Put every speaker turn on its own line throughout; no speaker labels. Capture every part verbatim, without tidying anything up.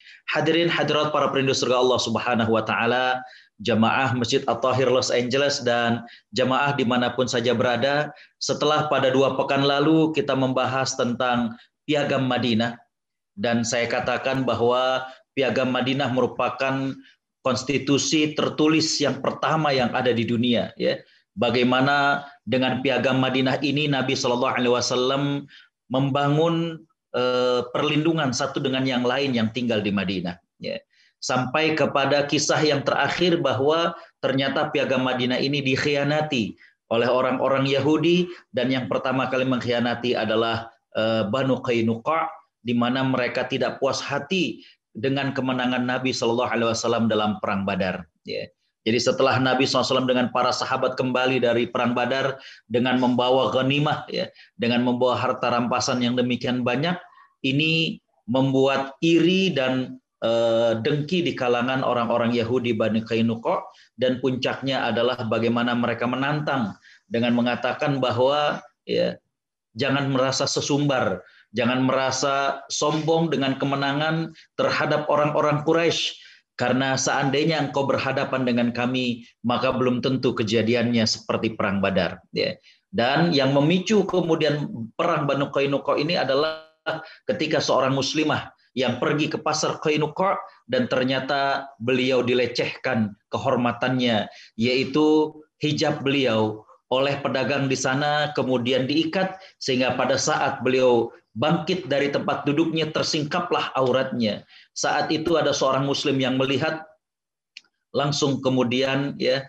Hadirin hadirat para perindu surga Allah Subhanahu wa taala, jamaah Masjid At-Tahir Los Angeles dan jamaah dimanapun saja berada, setelah pada dua pekan lalu kita membahas tentang Piagam Madinah, dan saya katakan bahwa Piagam Madinah merupakan konstitusi tertulis yang pertama yang ada di dunia, ya. Bagaimana dengan Piagam Madinah ini Nabi Shallallahu Alaihi Wasallam membangun eh, perlindungan satu dengan yang lain yang tinggal di Madinah, ya. Sampai kepada kisah yang terakhir bahwa ternyata Piagam Madinah ini dikhianati oleh orang-orang Yahudi, dan yang pertama kali mengkhianati adalah eh, Banu Qainuqa, di mana mereka tidak puas hati dengan kemenangan Nabi Shallallahu Alaihi Wasallam dalam perang Badar. Ya. Jadi setelah Nabi shallallahu alaihi wasallam dengan para sahabat kembali dari perang Badar dengan membawa ghanimah, ya, dengan membawa harta rampasan yang demikian banyak, ini membuat iri dan e, dengki di kalangan orang-orang Yahudi Bani Qainuqa, dan puncaknya adalah bagaimana mereka menantang dengan mengatakan bahwa, ya, jangan merasa sesumbar, jangan merasa sombong dengan kemenangan terhadap orang-orang Quraisy, karena seandainya engkau berhadapan dengan kami, maka belum tentu kejadiannya seperti perang Badar. Ya. Dan yang memicu kemudian perang Banu Qainuqa ini adalah ketika seorang muslimah yang pergi ke pasar Qainuqa dan ternyata beliau dilecehkan kehormatannya, yaitu hijab beliau oleh pedagang di sana kemudian diikat, sehingga pada saat beliau bangkit dari tempat duduknya tersingkaplah auratnya. Saat itu ada seorang muslim yang melihat, langsung kemudian ya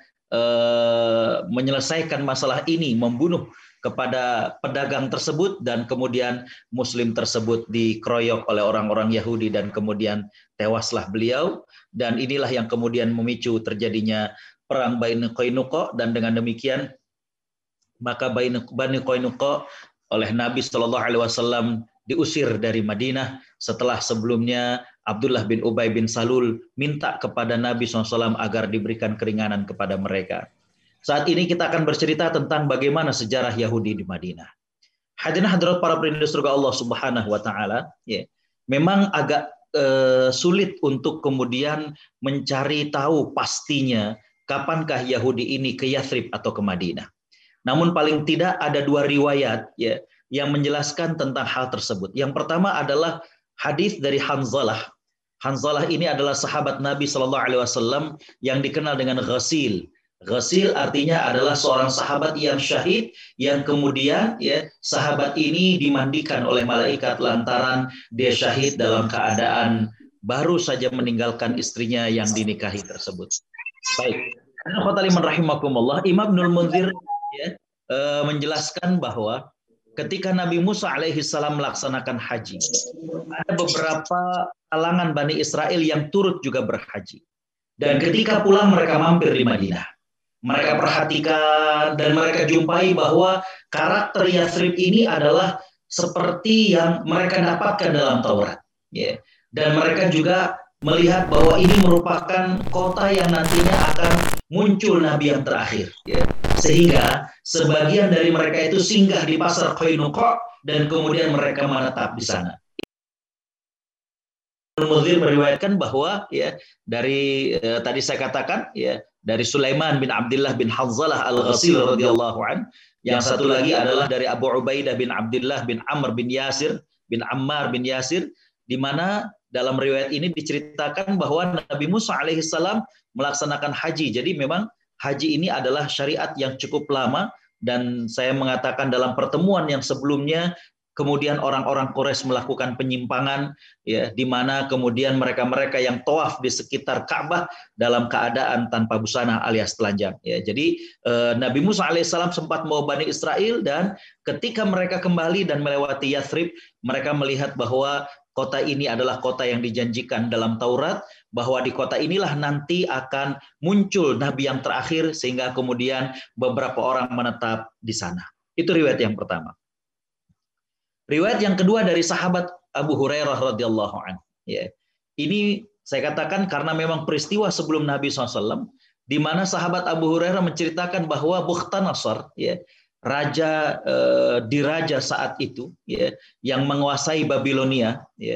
eh, menyelesaikan masalah ini, membunuh kepada pedagang tersebut, dan kemudian muslim tersebut dikeroyok oleh orang-orang Yahudi dan kemudian tewaslah beliau. Dan inilah yang kemudian memicu terjadinya perang Bani Qainuqa, dan dengan demikian maka Bani Qainuqa oleh Nabi Shallallahu Alaihi Wasallam diusir dari Madinah, setelah sebelumnya Abdullah bin Ubay bin Salul minta kepada Nabi shallallahu alaihi wasallam agar diberikan keringanan kepada mereka. Saat ini kita akan bercerita tentang bagaimana sejarah Yahudi di Madinah. Hadirin hadirat para perindu surga Allah Subhanahu wa taala, ya. Memang agak eh, sulit untuk kemudian mencari tahu pastinya kapankah Yahudi ini ke Yathrib atau ke Madinah. Namun paling tidak ada dua riwayat, ya, yang menjelaskan tentang hal tersebut. Yang pertama adalah hadis dari Hanzalah. Hanzalah ini adalah sahabat Nabi Shallallahu Alaihi Wasallam yang dikenal dengan Ghasil. Ghasil artinya adalah seorang sahabat yang syahid, yang kemudian, ya, sahabat ini dimandikan oleh malaikat lantaran dia syahid dalam keadaan baru saja meninggalkan istrinya yang dinikahi tersebut. Baik. Rahimakumullah, Imam Ibnul Munzir, ya, e, menjelaskan bahwa ketika Nabi Musa alaihi salam melaksanakan haji, ada beberapa kalangan Bani Israel yang turut juga berhaji. Dan ketika pulang mereka mampir di Madinah. Mereka perhatikan dan mereka jumpai bahwa karakter Yathrib ini adalah seperti yang mereka dapatkan dalam Taurat. Ya. Dan mereka juga melihat bahwa ini merupakan kota yang nantinya akan muncul Nabi yang terakhir. Ya. Sehingga sebagian dari mereka itu singgah di pasar Qainuqa dan kemudian mereka menetap di sana. Al-Mudhir meriwayatkan bahwa, ya, dari eh, tadi saya katakan, ya, dari Sulaiman bin Abdullah bin Hanzalah Al-Ghasil radhiyallahu an, yang satu lagi adalah dari Abu Ubaidah bin Abdullah bin Amr bin Yasir bin Ammar bin Yasir, di mana dalam riwayat ini diceritakan bahwa Nabi Musa alaihi salam melaksanakan haji. Jadi memang haji ini adalah syariat yang cukup lama, dan saya mengatakan dalam pertemuan yang sebelumnya kemudian orang-orang Quraisy melakukan penyimpangan, ya, di mana kemudian mereka-mereka yang tawaf di sekitar Ka'bah dalam keadaan tanpa busana alias telanjang. Ya, jadi eh, Nabi Musa alaihissalam sempat membawa Bani Israel, dan ketika mereka kembali dan melewati Yathrib, mereka melihat bahwa kota ini adalah kota yang dijanjikan dalam Taurat, bahwa di kota inilah nanti akan muncul Nabi yang terakhir, sehingga kemudian beberapa orang menetap di sana. Itu riwayat yang pertama. Riwayat yang kedua dari sahabat Abu Hurairah radhiyallahu anhu. Ya. Ini saya katakan karena memang peristiwa sebelum Nabi shallallahu alaihi wasallam, di mana sahabat Abu Hurairah menceritakan bahwa Bukhtanasar, ya, raja eh, diraja saat itu, ya, yang menguasai Babilonia, ya,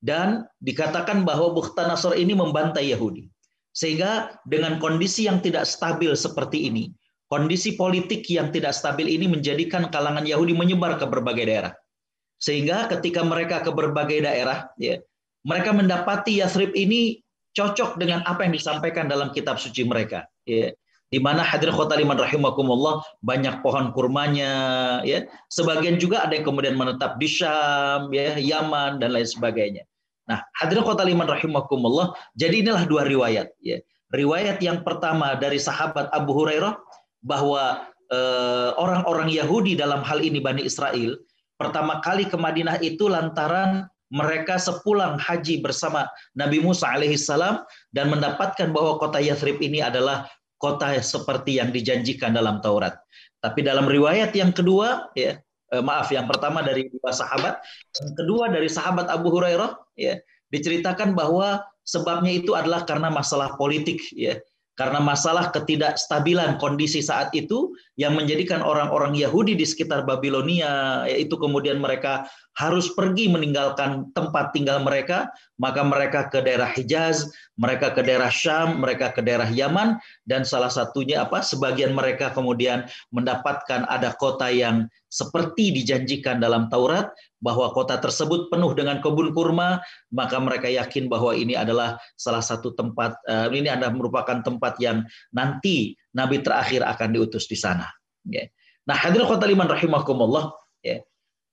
dan dikatakan bahwa Bukhtanasor ini membantai Yahudi. Sehingga dengan kondisi yang tidak stabil seperti ini, kondisi politik yang tidak stabil ini menjadikan kalangan Yahudi menyebar ke berbagai daerah. Sehingga ketika mereka ke berbagai daerah, ya, mereka mendapati Yathrib ini cocok dengan apa yang disampaikan dalam kitab suci mereka. Ya. Di mana hadirin khotaliman rahimakumullah, banyak pohon kurmanya, ya. Sebagian juga ada yang kemudian menetap di Syam, ya, Yaman dan lain sebagainya. Nah, hadirin khotaliman rahimakumullah, jadi inilah dua riwayat, ya. Riwayat yang pertama dari sahabat Abu Hurairah bahwa eh, orang-orang Yahudi dalam hal ini Bani Israel pertama kali ke Madinah itu lantaran mereka sepulang haji bersama Nabi Musa alaihissalam dan mendapatkan bahwa kota Yathrib ini adalah kota seperti yang dijanjikan dalam Taurat. Tapi dalam riwayat yang kedua, ya, eh, maaf, yang pertama dari dua sahabat, yang kedua dari sahabat Abu Hurairah, ya, diceritakan bahwa sebabnya itu adalah karena masalah politik, ya, karena masalah ketidakstabilan kondisi saat itu yang menjadikan orang-orang Yahudi di sekitar Babilonia, yaitu kemudian mereka harus pergi meninggalkan tempat tinggal mereka, maka mereka ke daerah Hijaz, mereka ke daerah Syam, mereka ke daerah Yaman, dan salah satunya apa? Sebagian mereka kemudian mendapatkan ada kota yang seperti dijanjikan dalam Taurat, bahwa kota tersebut penuh dengan kebun kurma, maka mereka yakin bahwa ini adalah salah satu tempat, uh, ini adalah merupakan tempat yang nanti Nabi terakhir akan diutus di sana. Yeah. Nah, hadirin khotaliman rahimakumullah, yeah.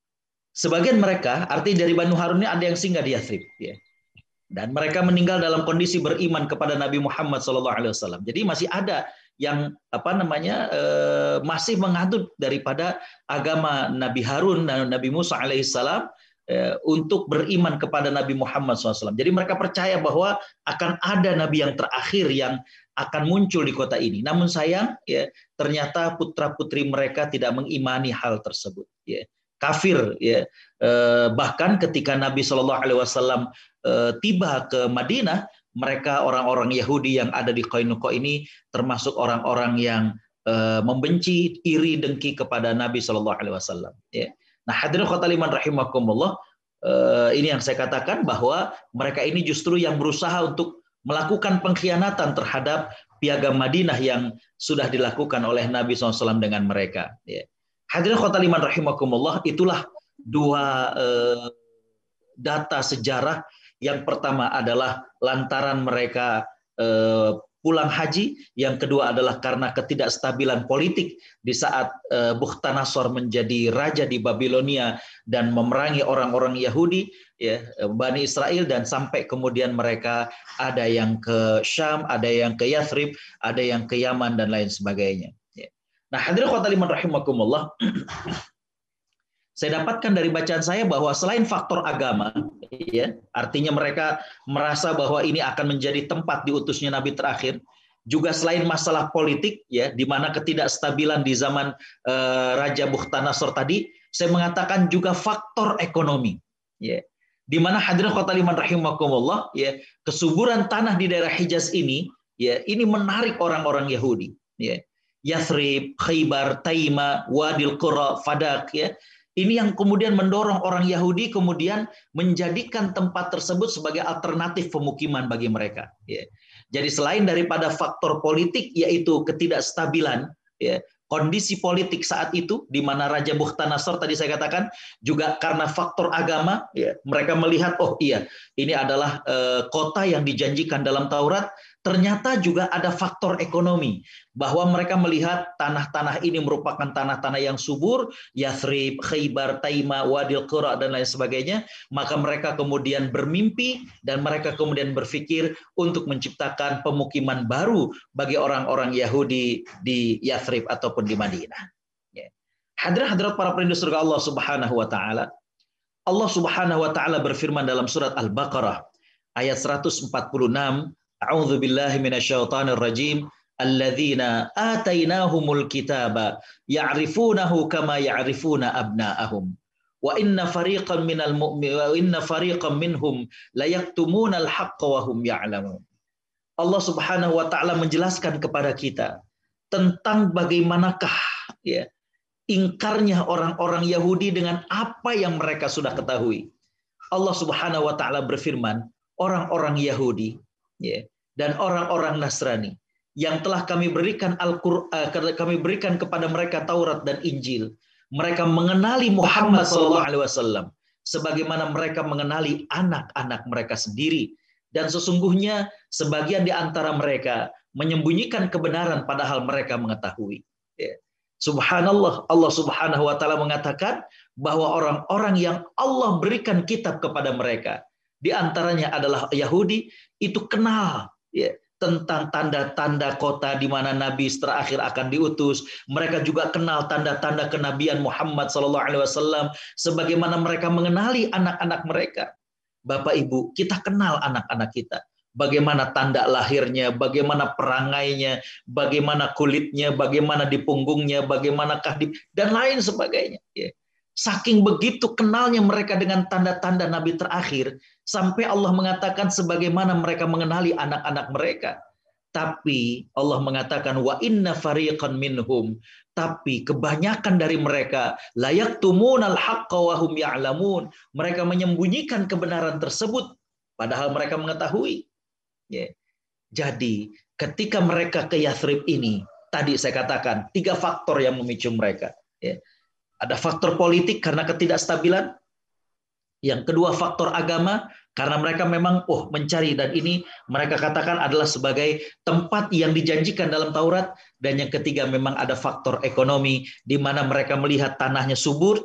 Sebagian mereka, arti dari Banu Harun ini ada yang singgah di Yathrib, yeah. Dan mereka meninggal dalam kondisi beriman kepada Nabi Muhammad shallallahu alaihi wasallam. Jadi masih ada yang apa namanya eh, masih mengadut daripada agama Nabi Harun dan Nabi Musa alaihissalam eh, untuk beriman kepada Nabi Muhammad shallallahu alaihi wasallam. Jadi mereka percaya bahwa akan ada Nabi yang terakhir yang akan muncul di kota ini. Namun sayang, ya, ternyata putra putri mereka tidak mengimani hal tersebut. Ya. Kafir, ya. Eh, bahkan ketika Nabi shallallahu alaihi wasallam eh, tiba ke Madinah, mereka orang-orang Yahudi yang ada di Qainuqa ini termasuk orang-orang yang uh, membenci, iri, dengki kepada Nabi Shallallahu Alaihi Wasallam. Ya. Nah, hadirin khotaliman rahimakumullah, uh, ini yang saya katakan bahwa mereka ini justru yang berusaha untuk melakukan pengkhianatan terhadap piagam Madinah yang sudah dilakukan oleh Nabi shallallahu alaihi wasallam dengan mereka. Ya. Hadirin khotaliman rahimakumullah, itulah dua uh, data sejarah. Yang pertama adalah lantaran mereka eh, pulang haji, yang kedua adalah karena ketidakstabilan politik di saat eh, Bukhtanasor menjadi raja di Babilonia dan memerangi orang-orang Yahudi, ya, Bani Israel, dan sampai kemudian mereka ada yang ke Syam, ada yang ke Yathrib, ada yang ke Yaman dan lain sebagainya. Ya. Nah, hadirin khotaliman rahimakumullah, saya dapatkan dari bacaan saya bahwa selain faktor agama, ya, artinya mereka merasa bahwa ini akan menjadi tempat diutusnya Nabi terakhir, juga selain masalah politik, ya, di mana ketidakstabilan di zaman uh, Raja Bukhtanasor tadi, saya mengatakan juga faktor ekonomi, ya, di mana hadirin khotaliman rahimakumullah, ya, kesuburan tanah di daerah Hijaz ini, ya, ini menarik orang-orang Yahudi, ya, Yathrib, Khaybar, Taima, Wadil Qura, Fadak, ya. Ini yang kemudian mendorong orang Yahudi kemudian menjadikan tempat tersebut sebagai alternatif pemukiman bagi mereka. Ya. Jadi selain daripada faktor politik, yaitu ketidakstabilan, ya, kondisi politik saat itu, di mana Raja Bukhtanasor tadi saya katakan, juga karena faktor agama, ya, mereka melihat, oh iya, ini adalah eh, kota yang dijanjikan dalam Taurat. Ternyata juga ada faktor ekonomi, bahwa mereka melihat tanah-tanah ini merupakan tanah-tanah yang subur, Yathrib, Khaybar, Taima, Wadil Qura, dan lain sebagainya. Maka mereka kemudian bermimpi dan mereka kemudian berpikir untuk menciptakan pemukiman baru bagi orang-orang Yahudi di Yathrib ataupun di Madinah. Hadirin hadirat para perindu surga Allah Subhanahu wa taala. Allah Subhanahu wa taala berfirman dalam surat Al-Baqarah ayat seratus empat puluh enam, A'udzu billahi minasyaitonir rajim. Alladzina atainahumul kitaba ya'rifunahu kama ya'rifuna abna'ahum. Wa inna fariqan minal mu'min wa inna fariqan minhum la yaktumunal haqqa wa hum ya'lamun. Allah Subhanahu wa taala menjelaskan kepada kita tentang bagaimanakah, ya, ingkarnya orang-orang Yahudi dengan apa yang mereka sudah ketahui. Allah Subhanahu wa taala berfirman, orang-orang Yahudi ya, dan orang-orang Nasrani yang telah kami berikan Al-Qur'an, kami berikan kepada mereka Taurat dan Injil, mereka mengenali Muhammad sallallahu alaihi wasallam sebagaimana mereka mengenali anak-anak mereka sendiri, dan sesungguhnya sebagian di antara mereka menyembunyikan kebenaran padahal mereka mengetahui. Ya. Subhanallah, Allah Subhanahu wa taala mengatakan bahwa orang-orang yang Allah berikan kitab kepada mereka, di antaranya adalah Yahudi, itu kenal ya, tentang tanda-tanda kota di mana Nabi terakhir akan diutus. Mereka juga kenal tanda-tanda kenabian Muhammad sallallahu alaihi wasallam sebagaimana mereka mengenali anak-anak mereka. Bapak Ibu, kita kenal anak-anak kita. Bagaimana tanda lahirnya, bagaimana perangainya, bagaimana kulitnya, bagaimana di punggungnya, bagaimanakah di, dan lain sebagainya. Ya. Saking begitu kenalnya mereka dengan tanda-tanda Nabi terakhir, sampai Allah mengatakan sebagaimana mereka mengenali anak-anak mereka. Tapi Allah mengatakan wa inna fariqan minhum, tapi kebanyakan dari mereka layak tumunal haqqa wa hum ya'lamun, mereka menyembunyikan kebenaran tersebut padahal mereka mengetahui. Ya. Jadi ketika mereka ke Yathrib ini, tadi saya katakan tiga faktor yang memicu mereka. Ya. Ada faktor politik karena ketidakstabilan. Yang kedua faktor agama karena mereka memang oh mencari, dan ini mereka katakan adalah sebagai tempat yang dijanjikan dalam Taurat. Dan yang ketiga memang ada faktor ekonomi di mana mereka melihat tanahnya subur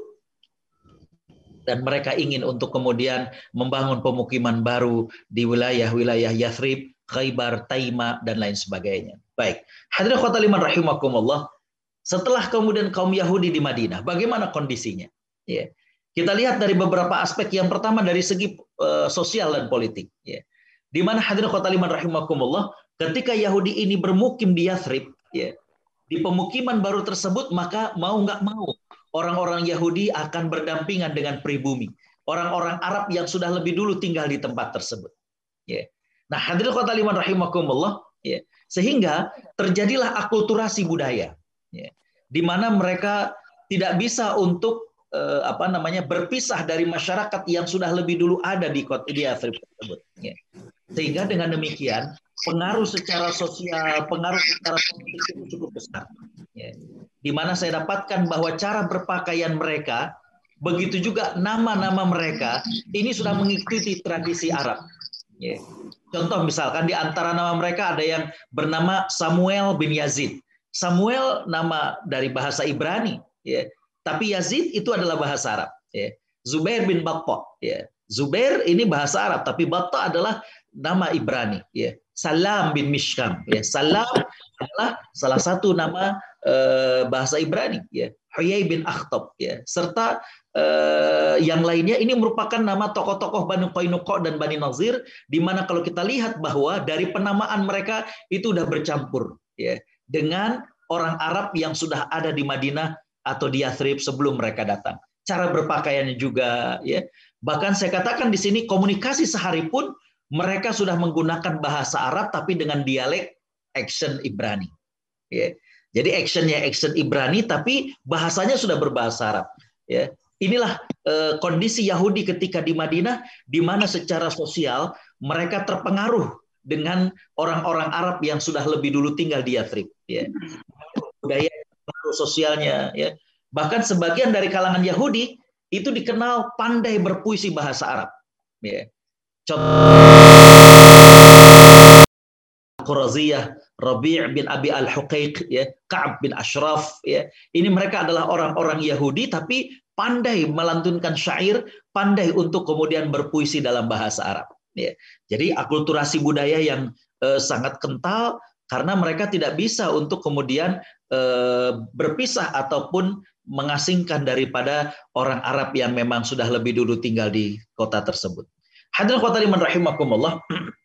dan mereka ingin untuk kemudian membangun pemukiman baru di wilayah-wilayah Yathrib, Khaybar, Taima, dan lain sebagainya. Baik, hadirin khotul iman rahimakumullah. Setelah kemudian kaum Yahudi di Madinah, bagaimana kondisinya? Ya. Kita lihat dari beberapa aspek. Yang pertama dari segi uh, sosial dan politik. Ya. Di mana hadirin khotul iman rahimakumullah, ketika Yahudi ini bermukim di Yathrib, ya, di pemukiman baru tersebut, maka mau nggak mau orang-orang Yahudi akan berdampingan dengan pribumi, orang-orang Arab yang sudah lebih dulu tinggal di tempat tersebut. Ya. Nah, hadirin khotul iman rahimakumullah, ya, sehingga terjadilah akulturasi budaya, ya, di mana mereka tidak bisa untuk eh, apa namanya berpisah dari masyarakat yang sudah lebih dulu ada di kota di Yathrib tersebut. Ya. Sehingga dengan demikian pengaruh secara sosial, pengaruh secara politik itu cukup besar. Ya. Di mana saya dapatkan bahwa cara berpakaian mereka, begitu juga nama-nama mereka, ini sudah mengikuti tradisi Arab. Ya. Contoh misalkan di antara nama mereka ada yang bernama Samuel bin Yazid. Samuel nama dari bahasa Ibrani, ya. Tapi Yazid itu adalah bahasa Arab. Ya. Zubair bin Batta. Ya. Zubair ini bahasa Arab, tapi Batta adalah nama Ibrani. Ya. Salam bin Mishkam. Ya. Salam adalah salah satu nama eh, bahasa Ibrani. Ya. Huyai bin Akhtab. Ya. Serta eh, yang lainnya, ini merupakan nama tokoh-tokoh Bani Qainuqa dan Bani Nazir, di mana kalau kita lihat bahwa dari penamaan mereka itu sudah bercampur, ya, dengan orang Arab yang sudah ada di Madinah atau di Yathrib sebelum mereka datang. Cara berpakaiannya juga, ya. Bahkan saya katakan di sini komunikasi sehari pun mereka sudah menggunakan bahasa Arab tapi dengan dialek action Ibrani. Ya. Jadi actionnya action Ibrani tapi bahasanya sudah berbahasa Arab. Ya. Inilah eh, kondisi Yahudi ketika di Madinah, di mana secara sosial mereka terpengaruh dengan orang-orang Arab yang sudah lebih dulu tinggal di Yathrib. Ya. Budaya sosialnya, ya. Bahkan sebagian dari kalangan Yahudi itu dikenal pandai berpuisi bahasa Arab. Ya. Contoh Quraziyah, Rabi' bin Abi al-Huqaiq, ya, Ka'ab bin Ashraf, ya. Ini mereka adalah orang-orang Yahudi tapi pandai melantunkan syair, pandai untuk kemudian berpuisi dalam bahasa Arab. Ya. Jadi akulturasi budaya yang eh, sangat kental karena mereka tidak bisa untuk kemudian eh, berpisah ataupun mengasingkan daripada orang Arab yang memang sudah lebih dulu tinggal di kota tersebut. Hadirin khotul iman rahimakumullah.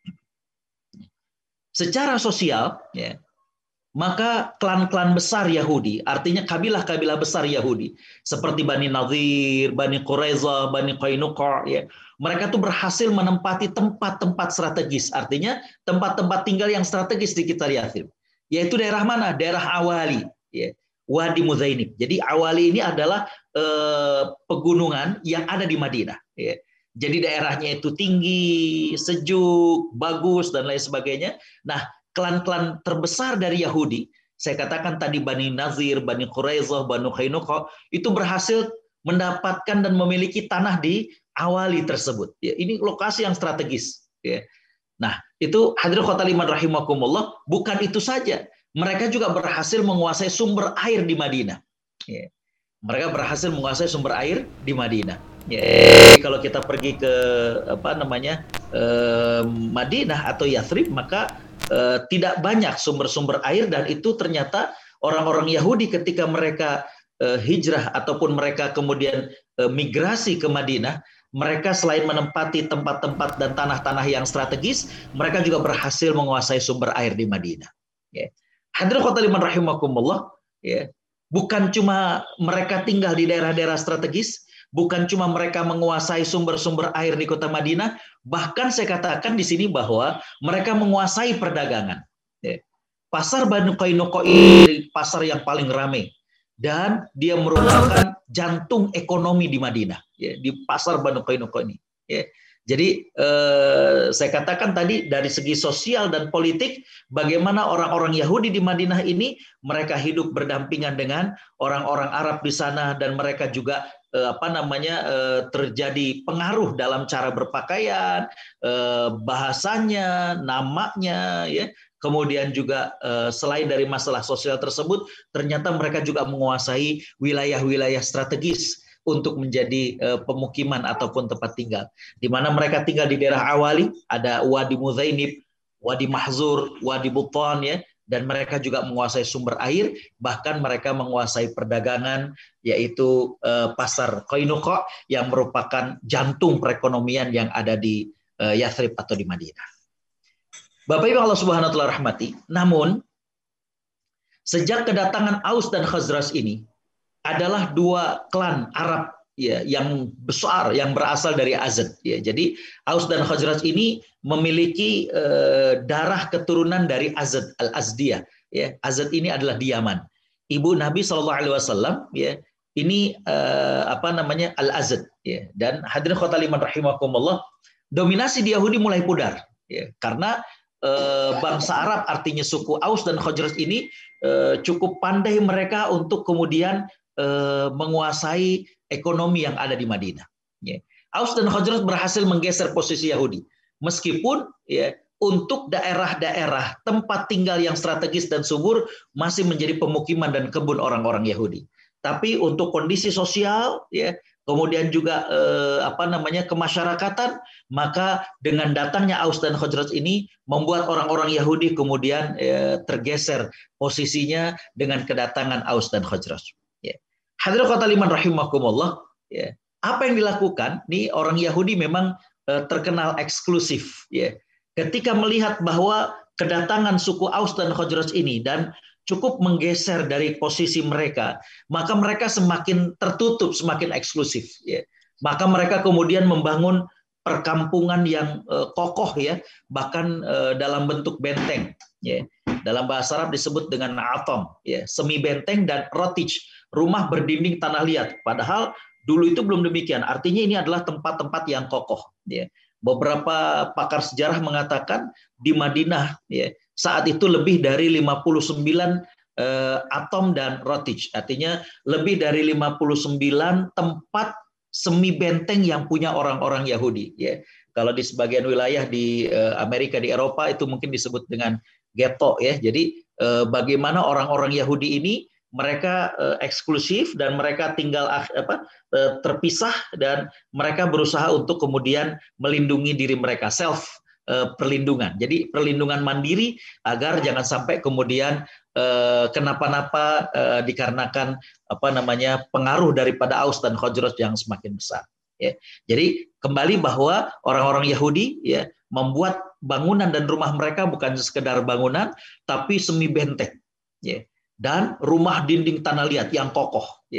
Secara sosial, ya, maka klan-klan besar Yahudi, artinya kabilah-kabilah besar Yahudi, seperti Bani Nadir, Bani Quraiza, Bani Qainuqa, ya, mereka tuh berhasil menempati tempat-tempat strategis, artinya tempat-tempat tinggal yang strategis di sekitar Yathrib, yaitu daerah mana? Daerah Awali, ya, Wadi Muzainib. Jadi Awali ini adalah eh, pegunungan yang ada di Madinah. Ya. Jadi daerahnya itu tinggi, sejuk, bagus, dan lain sebagainya. Nah, klan-klan terbesar dari Yahudi, saya katakan tadi Bani Nazir, Bani Quraisyah, Bani Qainuqa, itu berhasil mendapatkan dan memiliki tanah di Awali tersebut. Ya, ini lokasi yang strategis. Ya. Nah, itu hadirin khotul iman rahimakumullah, bukan itu saja. Mereka juga berhasil menguasai sumber air di Madinah. Ya. Mereka berhasil menguasai sumber air di Madinah. Ya, jadi kalau kita pergi ke apa namanya eh, Madinah atau Yathrib, maka eh, tidak banyak sumber-sumber air, dan itu ternyata orang-orang Yahudi ketika mereka eh, hijrah ataupun mereka kemudian eh, migrasi ke Madinah, mereka selain menempati tempat-tempat dan tanah-tanah yang strategis, mereka juga berhasil menguasai sumber air di Madinah. Ya. Hadirin khotul rahimakumullah, ya. Bukan cuma mereka tinggal di daerah-daerah strategis, bukan cuma mereka menguasai sumber-sumber air di kota Madinah, bahkan saya katakan di sini bahwa mereka menguasai perdagangan. Pasar Banu Qainuqa ini pasar yang paling ramai, dan dia merupakan jantung ekonomi di Madinah, di pasar Banu Qainuqa ini. Jadi eh, saya katakan tadi dari segi sosial dan politik, bagaimana orang-orang Yahudi di Madinah ini mereka hidup berdampingan dengan orang-orang Arab di sana, dan mereka juga eh, apa namanya eh, terjadi pengaruh dalam cara berpakaian, eh, bahasanya, namanya, ya. Kemudian juga eh, selain dari masalah sosial tersebut, ternyata mereka juga menguasai wilayah-wilayah strategis untuk menjadi uh, pemukiman ataupun tempat tinggal. Di mana mereka tinggal di daerah Awali, ada Wadi Muzainib, Wadi Mahzur, Wadi Buton, ya, dan mereka juga menguasai sumber air, bahkan mereka menguasai perdagangan, yaitu uh, pasar Qainuqa yang merupakan jantung perekonomian yang ada di uh, Yathrib atau di Madinah. Bapak Ibu Allah Subhanahu wa taala rahmati, namun sejak kedatangan Aus dan Khazraj ini adalah dua klan Arab, ya, yang besar yang berasal dari Azad, ya. Jadi Aus dan Khazraj ini memiliki eh, darah keturunan dari Azad al-Azdiyah, ya. Azad ini adalah di Yaman. Ibu Nabi shallallahu alaihi wasallam, ya, ini eh, apa namanya al-Azad, ya. Dan hadirin khotul iman rahimakumullah, dominasi di Yahudi mulai pudar, ya, karena eh, bangsa Arab, artinya suku Aus dan Khazraj ini eh, cukup pandai mereka untuk kemudian menguasai ekonomi yang ada di Madinah. Ya. Aus dan Khazraj berhasil menggeser posisi Yahudi, meskipun ya untuk daerah-daerah tempat tinggal yang strategis dan subur masih menjadi pemukiman dan kebun orang-orang Yahudi. Tapi untuk kondisi sosial, ya, kemudian juga eh, apa namanya kemasyarakatan, maka dengan datangnya Aus dan Khazraj ini membuat orang-orang Yahudi kemudian eh, tergeser posisinya dengan kedatangan Aus dan Khazraj. Hadirin khotul iman rahimakumullah, ya. Apa yang dilakukan? Nih orang Yahudi memang uh, terkenal eksklusif, ya. Ketika melihat bahwa kedatangan suku Aus dan Khazraj ini dan cukup menggeser dari posisi mereka, maka mereka semakin tertutup, semakin eksklusif, ya. Maka mereka kemudian membangun perkampungan yang uh, kokoh, ya, bahkan uh, dalam bentuk benteng, ya. Dalam bahasa Arab disebut dengan atom, ya, semi benteng, dan rotij, rumah berdinding tanah liat. Padahal dulu itu belum demikian. Artinya ini adalah tempat-tempat yang kokoh. Ya. Beberapa pakar sejarah mengatakan di Madinah, ya, saat itu lebih dari lima puluh sembilan eh, atom dan rotij. Artinya lebih dari lima puluh sembilan tempat semi benteng yang punya orang-orang Yahudi. Ya. Kalau di sebagian wilayah di eh, Amerika, di Eropa, itu mungkin disebut dengan ghetto, ya. Jadi eh, bagaimana orang-orang Yahudi ini mereka eh, eksklusif dan mereka tinggal apa eh, terpisah, dan mereka berusaha untuk kemudian melindungi diri mereka, self eh, perlindungan. Jadi perlindungan mandiri agar jangan sampai kemudian eh, kenapa-napa eh, dikarenakan apa namanya pengaruh daripada Aus dan Khazraj yang semakin besar. Ya. Jadi kembali bahwa orang-orang Yahudi, ya, membuat bangunan dan rumah mereka bukan sekedar bangunan, tapi semi benteng, ya, dan rumah dinding tanah liat yang kokoh, ya.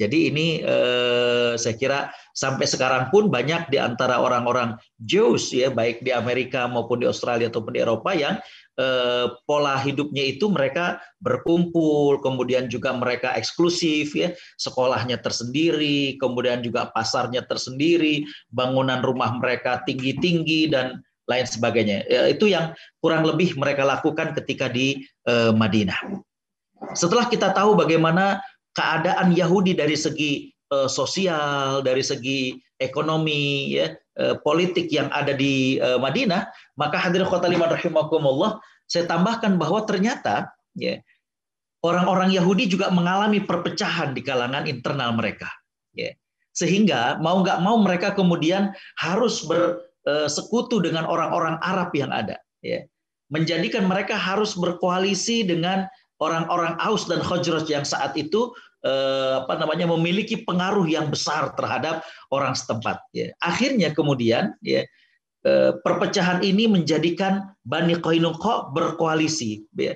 Jadi ini eh, saya kira sampai sekarang pun banyak di antara orang-orang Jews ya, baik di Amerika maupun di Australia ataupun di Eropa yang eh, pola hidupnya itu mereka berkumpul, kemudian juga mereka eksklusif ya, sekolahnya tersendiri, kemudian juga pasarnya tersendiri, bangunan rumah mereka tinggi-tinggi dan lain sebagainya. Ya, itu yang kurang lebih mereka lakukan ketika di eh, Madinah. Setelah kita tahu bagaimana keadaan Yahudi dari segi uh, sosial, dari segi ekonomi, ya, uh, politik yang ada di uh, Madinah, maka hadirin khotul iman rahimakumullah, saya tambahkan bahwa ternyata ya, orang-orang Yahudi juga mengalami perpecahan di kalangan internal mereka. Ya. Sehingga mau nggak mau mereka kemudian harus bersekutu dengan orang-orang Arab yang ada. Ya. Menjadikan mereka harus berkoalisi dengan orang-orang Aus dan Khazraj yang saat itu eh, apa namanya memiliki pengaruh yang besar terhadap orang setempat. Ya. Akhirnya kemudian ya, eh, perpecahan ini menjadikan Bani Qainuqa berkoalisi, ya,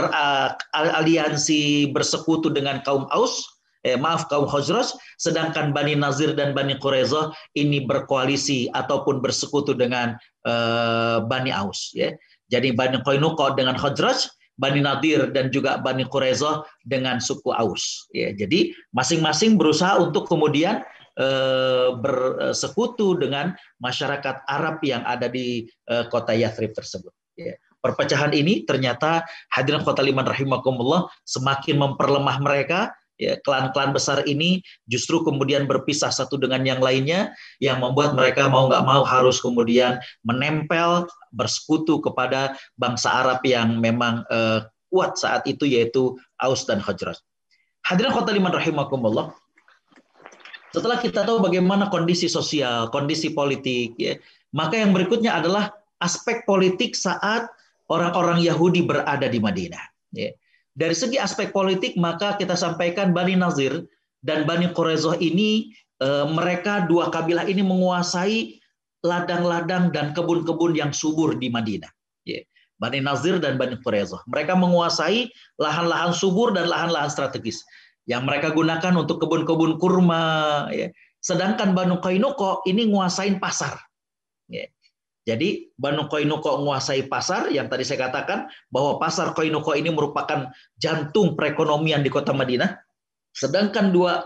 beraliansi, bersekutu dengan kaum Aus, eh, maaf kaum Khazraj, sedangkan Bani Nazir dan Bani Quraidah ini berkoalisi ataupun bersekutu dengan eh, Bani Aus. Ya. Jadi Bani Qainuqa dengan Khazraj, Bani Nadir dan juga Bani Quraidah dengan suku Aus. Ya, jadi masing-masing berusaha untuk kemudian e, bersekutu dengan masyarakat Arab yang ada di e, kota Yathrib tersebut. Ya. Perpecahan ini ternyata hadirin khotul iman rahimakumullah semakin memperlemah mereka. Ya, klan-klan besar ini justru kemudian berpisah satu dengan yang lainnya, yang membuat mereka mau nggak mau harus kemudian menempel, bersekutu kepada bangsa Arab yang memang eh, kuat saat itu, yaitu Aus dan Khazraj. Hadirin khotul iman rahimakumullah, setelah kita tahu bagaimana kondisi sosial, kondisi politik, ya, maka yang berikutnya adalah aspek politik saat orang-orang Yahudi berada di Madinah. Ya. Dari segi aspek politik, maka kita sampaikan Bani Nazir dan Bani Quraidah ini, eh, mereka dua kabilah ini menguasai ladang-ladang dan kebun-kebun yang subur di Madinah. Yeah. Bani Nazir dan Bani Quraidah. Mereka menguasai lahan-lahan subur dan lahan-lahan strategis yang mereka gunakan untuk kebun-kebun kurma. Yeah. Sedangkan Bani Qainuqa ini nguasain pasar. Yeah. Jadi Banu Qainuqa menguasai pasar yang tadi saya katakan bahwa pasar Qainuqa ini merupakan jantung perekonomian di kota Madinah. Sedangkan dua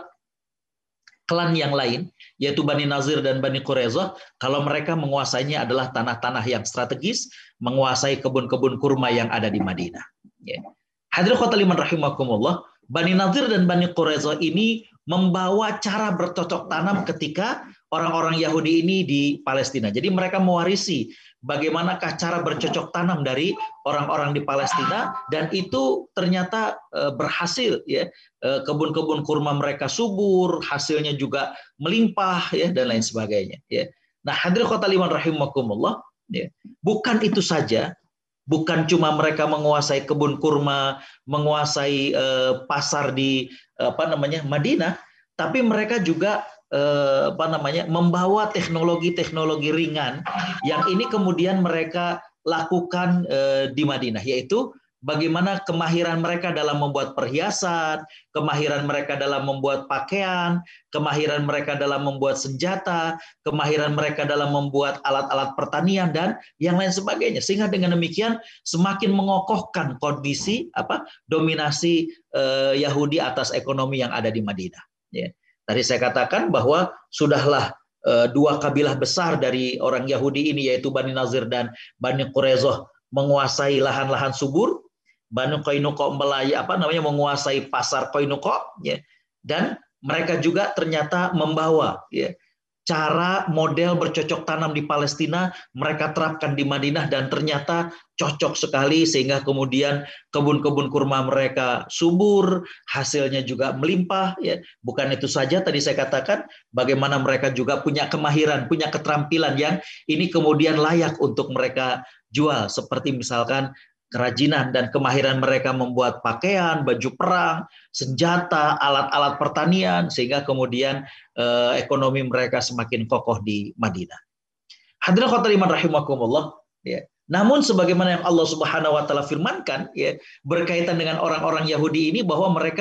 klan yang lain yaitu Bani Nazir dan Bani Quraidah, kalau mereka menguasainya adalah tanah-tanah yang strategis, menguasai kebun-kebun kurma yang ada di Madinah. Ya. Hadirin khotul iman rahimakumullah, Bani Nazir dan Bani Quraidah ini membawa cara bercocok tanam ketika orang-orang Yahudi ini di Palestina. Jadi mereka mewarisi bagaimanakah cara bercocok tanam dari orang-orang di Palestina, dan itu ternyata berhasil ya. Kebun-kebun kurma mereka subur, hasilnya juga melimpah ya, dan lain sebagainya ya. Nah, hadirin khotul iman rahimakumullah, ya. Bukan itu saja, bukan cuma mereka menguasai kebun kurma, menguasai eh, pasar di apa namanya Madinah, tapi mereka juga Eh, apa namanya membawa teknologi-teknologi ringan yang ini kemudian mereka lakukan eh, di Madinah, yaitu bagaimana kemahiran mereka dalam membuat perhiasan, kemahiran mereka dalam membuat pakaian, kemahiran mereka dalam membuat senjata, kemahiran mereka dalam membuat alat-alat pertanian dan yang lain sebagainya, sehingga dengan demikian semakin mengokohkan kondisi apa dominasi eh, Yahudi atas ekonomi yang ada di Madinah. Ya. Tadi saya katakan bahwa sudahlah e, dua kabilah besar dari orang Yahudi ini, yaitu Bani Nazir dan Bani Quraidah, menguasai lahan-lahan subur. Bani Qainuqa melay, apa namanya menguasai pasar Qainuqa, ya. Dan mereka juga ternyata membawa ya, cara model bercocok tanam di Palestina mereka terapkan di Madinah, dan ternyata cocok sekali sehingga kemudian kebun-kebun kurma mereka subur, hasilnya juga melimpah ya. Bukan itu saja, tadi saya katakan bagaimana mereka juga punya kemahiran, punya keterampilan yang ini kemudian layak untuk mereka jual, seperti misalkan kerajinan dan kemahiran mereka membuat pakaian, baju perang, senjata, alat-alat pertanian, sehingga kemudian eh, ekonomi mereka semakin kokoh di Madinah. Hadirin khotul iman rahimakumullah, ya. Namun sebagaimana yang Allah Subhanahu wa taala firmankan ya, berkaitan dengan orang-orang Yahudi ini, bahwa mereka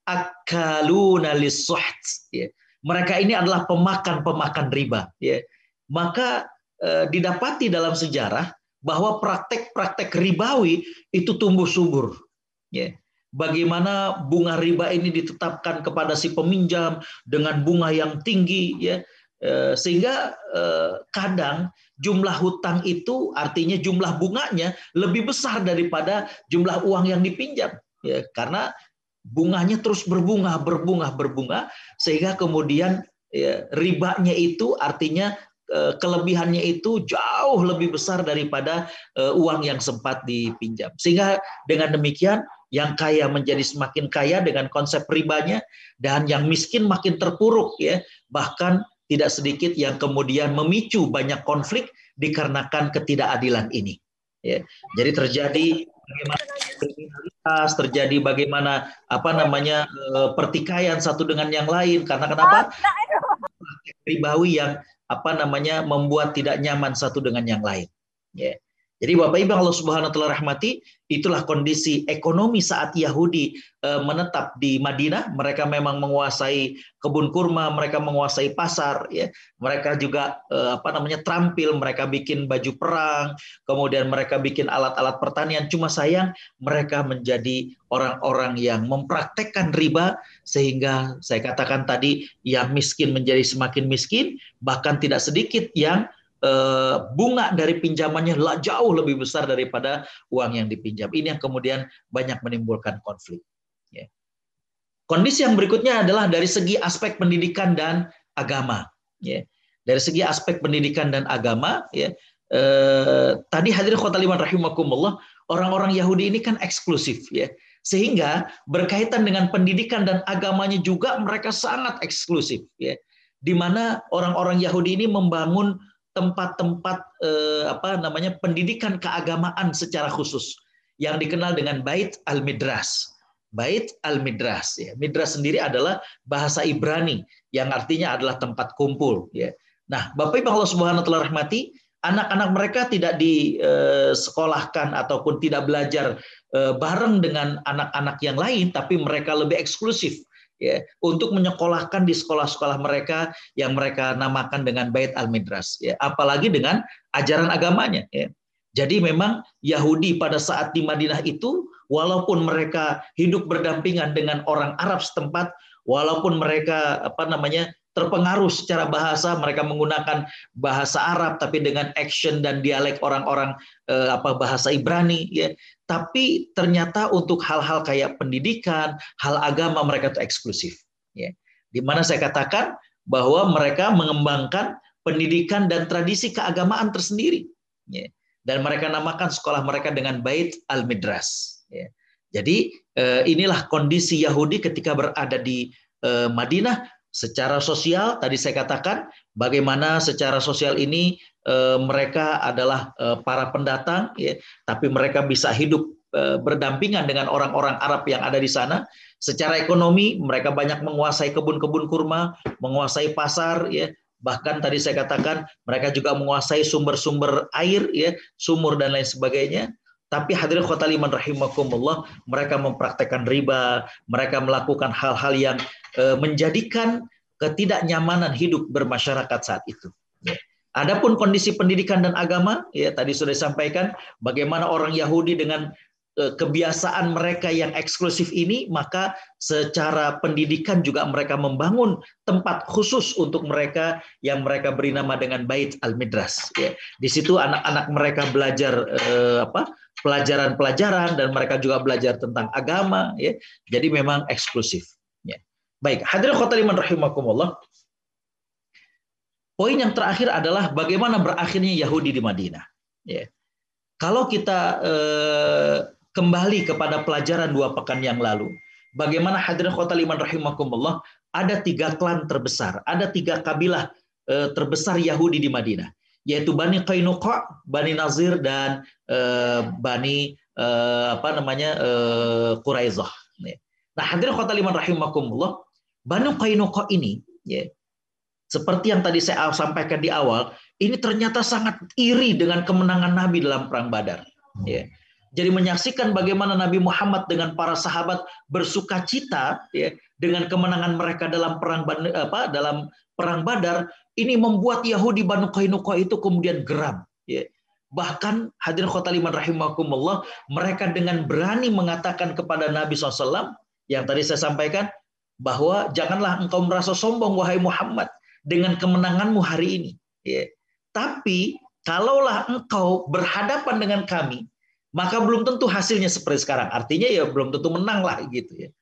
akaluna lis-suht, ya. Mereka ini adalah pemakan-pemakan riba, ya. Maka eh, didapati dalam sejarah bahwa praktek-praktek ribawi itu tumbuh subur, ya. Bagaimana bunga riba ini ditetapkan kepada si peminjam dengan bunga yang tinggi, ya. Eh, sehingga eh, kadang jumlah hutang itu artinya jumlah bunganya lebih besar daripada jumlah uang yang dipinjam, ya, karena bunganya terus berbunga, berbunga, berbunga, sehingga kemudian ya, ribanya itu artinya eh, kelebihannya itu jauh lebih besar daripada eh, uang yang sempat dipinjam. Sehingga dengan demikian yang kaya menjadi semakin kaya dengan konsep ribanya, dan yang miskin makin terpuruk, ya. Bahkan tidak sedikit yang kemudian memicu banyak konflik dikarenakan ketidakadilan ini. Ya. Jadi terjadi bagaimana kriminalitas, terjadi bagaimana apa namanya pertikaian satu dengan yang lain. Karena kenapa? Ribawi yang apa namanya membuat tidak nyaman satu dengan yang lain. Ya. Jadi Bapak Ibu Allah Subhanahu wa taala rahmati, itulah kondisi ekonomi saat Yahudi e, menetap di Madinah. Mereka memang menguasai kebun kurma, mereka menguasai pasar, ya. Mereka juga e, apa namanya terampil, mereka bikin baju perang, kemudian mereka bikin alat-alat pertanian. Cuma sayang mereka menjadi orang-orang yang mempraktekkan riba, sehingga saya katakan tadi yang miskin menjadi semakin miskin, bahkan tidak sedikit yang bunga dari pinjamannya jauh lebih besar daripada uang yang dipinjam. Ini yang kemudian banyak menimbulkan konflik. Ya. Kondisi yang berikutnya adalah dari segi aspek pendidikan dan agama. Ya. Dari segi aspek pendidikan dan agama, ya, eh, tadi hadirin khotimah rahimakumullah, orang-orang Yahudi ini kan eksklusif, ya, sehingga berkaitan dengan pendidikan dan agamanya juga mereka sangat eksklusif, ya, di mana orang-orang Yahudi ini membangun tempat-tempat eh, apa namanya pendidikan keagamaan secara khusus yang dikenal dengan Bait al-Midras. Bait al-Midras, ya. Midras sendiri adalah bahasa Ibrani yang artinya adalah tempat kumpul, ya. Nah, Bapak Ibu Allah Subhanahu wa taala rahmati, anak-anak mereka tidak disekolahkan ataupun tidak belajar eh, bareng dengan anak-anak yang lain, tapi mereka lebih eksklusif, ya, untuk menyekolahkan di sekolah-sekolah mereka yang mereka namakan dengan Bait al-Midras, ya, apalagi dengan ajaran agamanya, ya. Jadi memang Yahudi pada saat di Madinah itu, walaupun mereka hidup berdampingan dengan orang Arab setempat, walaupun mereka apa namanya terpengaruh secara bahasa, mereka menggunakan bahasa Arab tapi dengan action dan dialek orang-orang eh, apa bahasa Ibrani, ya. Tapi ternyata untuk hal-hal kayak pendidikan, hal agama mereka itu eksklusif, ya. Di mana saya katakan bahwa mereka mengembangkan pendidikan dan tradisi keagamaan tersendiri, ya. Dan mereka namakan sekolah mereka dengan Bait al-Midras, ya. Jadi eh, inilah kondisi Yahudi ketika berada di eh, Madinah. Secara sosial tadi saya katakan bagaimana secara sosial ini eh, mereka adalah eh, para pendatang, ya, tapi mereka bisa hidup eh, berdampingan dengan orang-orang Arab yang ada di sana. Secara ekonomi mereka banyak menguasai kebun-kebun kurma, menguasai pasar, ya. Bahkan tadi saya katakan mereka juga menguasai sumber-sumber air, ya, sumur dan lain sebagainya. Tapi hadirin khotimah rahimakumullah, mereka mempraktekkan riba, mereka melakukan hal-hal yang e, menjadikan ketidaknyamanan hidup bermasyarakat saat itu. Ya. Adapun kondisi pendidikan dan agama, ya tadi sudah disampaikan bagaimana orang Yahudi dengan e, kebiasaan mereka yang eksklusif ini, maka secara pendidikan juga mereka membangun tempat khusus untuk mereka yang mereka beri nama dengan Bait al-Midras. Ya. Di situ anak-anak mereka belajar e, apa? pelajaran-pelajaran dan mereka juga belajar tentang agama, ya. Jadi memang eksklusif, ya. Baik, hadirin khotimah rahimakumullah. Poin yang terakhir adalah bagaimana berakhirnya Yahudi di Madinah, ya. Kalau kita eh, kembali kepada pelajaran dua pekan yang lalu, bagaimana hadirin khotimah rahimakumullah, ada tiga klan terbesar, ada tiga kabilah eh, terbesar Yahudi di Madinah, yaitu Bani Qainuqa, Bani Nazir, dan uh, Bani uh, apa namanya uh, Quraidah. Nah, hadirin khotimah rahimakumullah, Bani Qainuqa ini, ya, seperti yang tadi saya sampaikan di awal, ini ternyata sangat iri dengan kemenangan Nabi dalam perang Badar. Ya. Jadi menyaksikan bagaimana Nabi Muhammad dengan para sahabat bersuka cita ya, dengan kemenangan mereka dalam perang apa dalam perang Badar, ini membuat Yahudi Banu Qainuqa itu kemudian geram ya. Bahkan hadirin khotaliman rahimakumullah, mereka dengan berani mengatakan kepada Nabi shallallahu alaihi wasallam yang tadi saya sampaikan, bahwa janganlah engkau merasa sombong wahai Muhammad dengan kemenanganmu hari ini ya. Tapi kalaulah engkau berhadapan dengan kami, maka belum tentu hasilnya seperti sekarang. Artinya ya belum tentu menang lah gitu ya.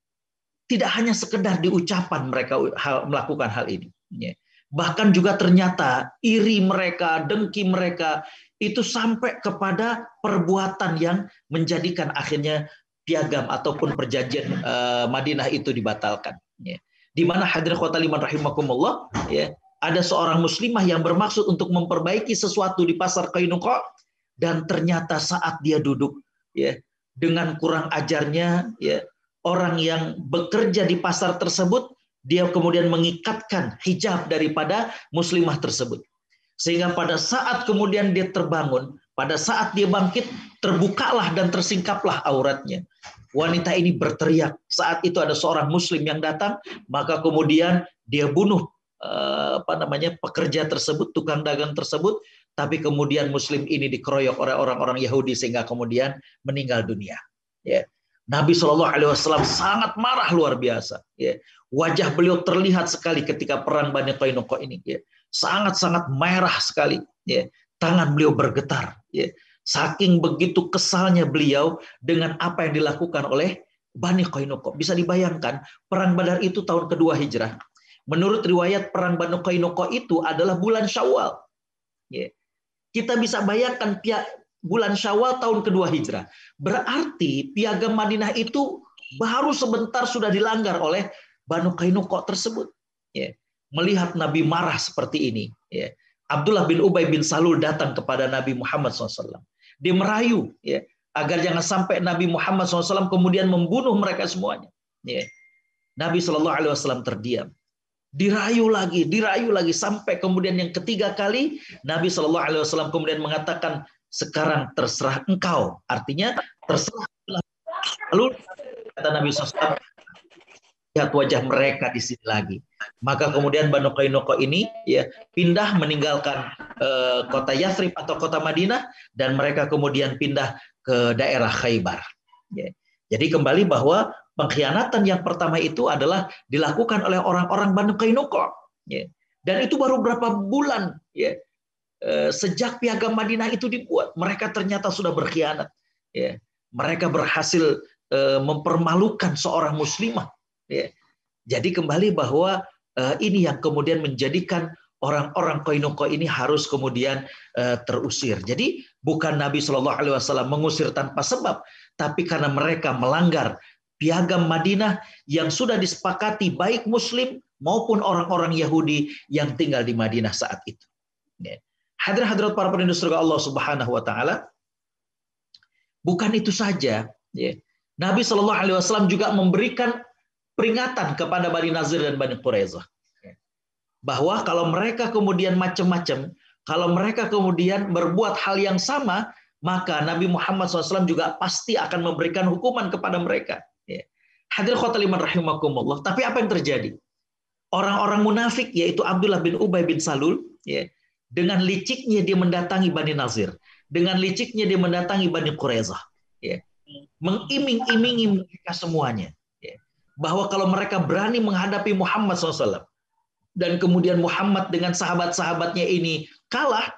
Tidak hanya sekedar di ucapan mereka hal, melakukan hal ini. Ya. Bahkan juga ternyata iri mereka, dengki mereka itu sampai kepada perbuatan yang menjadikan akhirnya piagam ataupun perjanjian uh, Madinah itu dibatalkan. Ya. Di mana hadirin khotaliman rahimakumullah, ya, ada seorang muslimah yang bermaksud untuk memperbaiki sesuatu di pasar Qainuqa, dan ternyata saat dia duduk ya dengan kurang ajarnya ya orang yang bekerja di pasar tersebut, dia kemudian mengikatkan hijab daripada muslimah tersebut, sehingga pada saat kemudian dia terbangun, pada saat dia bangkit, terbukalah dan tersingkaplah auratnya. Wanita ini berteriak. Saat itu ada seorang muslim yang datang, maka kemudian dia bunuh eh, apa namanya pekerja tersebut, tukang dagang tersebut. Tapi kemudian muslim ini dikeroyok oleh orang-orang Yahudi sehingga kemudian meninggal dunia. Ya. Nabi shallallahu alaihi wasallam sangat marah luar biasa. Ya. Wajah beliau terlihat sekali ketika perang Bani Qainuqa ini. Ya. Sangat-sangat merah sekali. Ya. Tangan beliau bergetar. Ya. Saking begitu kesalnya beliau dengan apa yang dilakukan oleh Bani Qainuqa. Bisa dibayangkan, perang Badar itu tahun kedua hijrah. Menurut riwayat perang Bani Qainuqa itu adalah bulan Syawal. Ya. Kita bisa bayangkan bulan Syawal tahun kedua hijrah. Berarti piagam Madinah itu baru sebentar sudah dilanggar oleh Banu Qainuqa tersebut. Ya. Melihat Nabi marah seperti ini, ya. Abdullah bin Ubay bin Salul datang kepada Nabi Muhammad shallallahu alaihi wasallam. Dia merayu ya, agar jangan sampai Nabi Muhammad shallallahu alaihi wasallam kemudian membunuh mereka semuanya. Ya. Nabi shallallahu alaihi wasallam terdiam. Dirayu lagi, dirayu lagi sampai kemudian yang ketiga kali Nabi shallallahu alaihi wasallam kemudian mengatakan, sekarang terserah engkau. Artinya terserah. Lalu kata Nabi shallallahu alaihi wasallam, lihat wajah mereka di sini lagi. Maka kemudian Banu Qainuqa ini ya pindah meninggalkan uh, kota Yathrib atau kota Madinah, dan mereka kemudian pindah ke daerah Khaybar. Ya. Jadi kembali bahwa pengkhianatan yang pertama itu adalah dilakukan oleh orang-orang Banu Qainuqa, ya. Dan itu baru berapa bulan ya e, sejak piagam Madinah itu dibuat, mereka ternyata sudah berkhianat. Ya. Mereka berhasil e, mempermalukan seorang muslimah. Ya. Jadi kembali bahwa e, ini yang kemudian menjadikan orang-orang Qainuqa ini harus kemudian e, terusir. Jadi bukan Nabi shallallahu alaihi wasallam mengusir tanpa sebab, tapi karena mereka melanggar piagam Madinah yang sudah disepakati baik Muslim maupun orang-orang Yahudi yang tinggal di Madinah saat itu. Hadirin hadirat para penindas surga Allah Subhanahu Wa Taala. Bukan itu saja, Nabi Shallallahu Alaihi Wasallam juga memberikan peringatan kepada Bani Nazir dan Bani Quraisyah bahwa kalau mereka kemudian macam-macam, kalau mereka kemudian berbuat hal yang sama, maka Nabi Muhammad shallallahu alaihi wasallam juga pasti akan memberikan hukuman kepada mereka. Hadirin khotaliman rahimakumullah. Tapi apa yang terjadi? Orang-orang munafik, yaitu Abdullah bin Ubay bin Salul, ya, dengan liciknya dia mendatangi Bani Nazir, dengan liciknya dia mendatangi Bani Quraisyah, ya, mengiming-imingi mereka semuanya, ya, bahwa kalau mereka berani menghadapi Muhammad shallallahu alaihi wasallam, dan kemudian Muhammad dengan sahabat-sahabatnya ini kalah,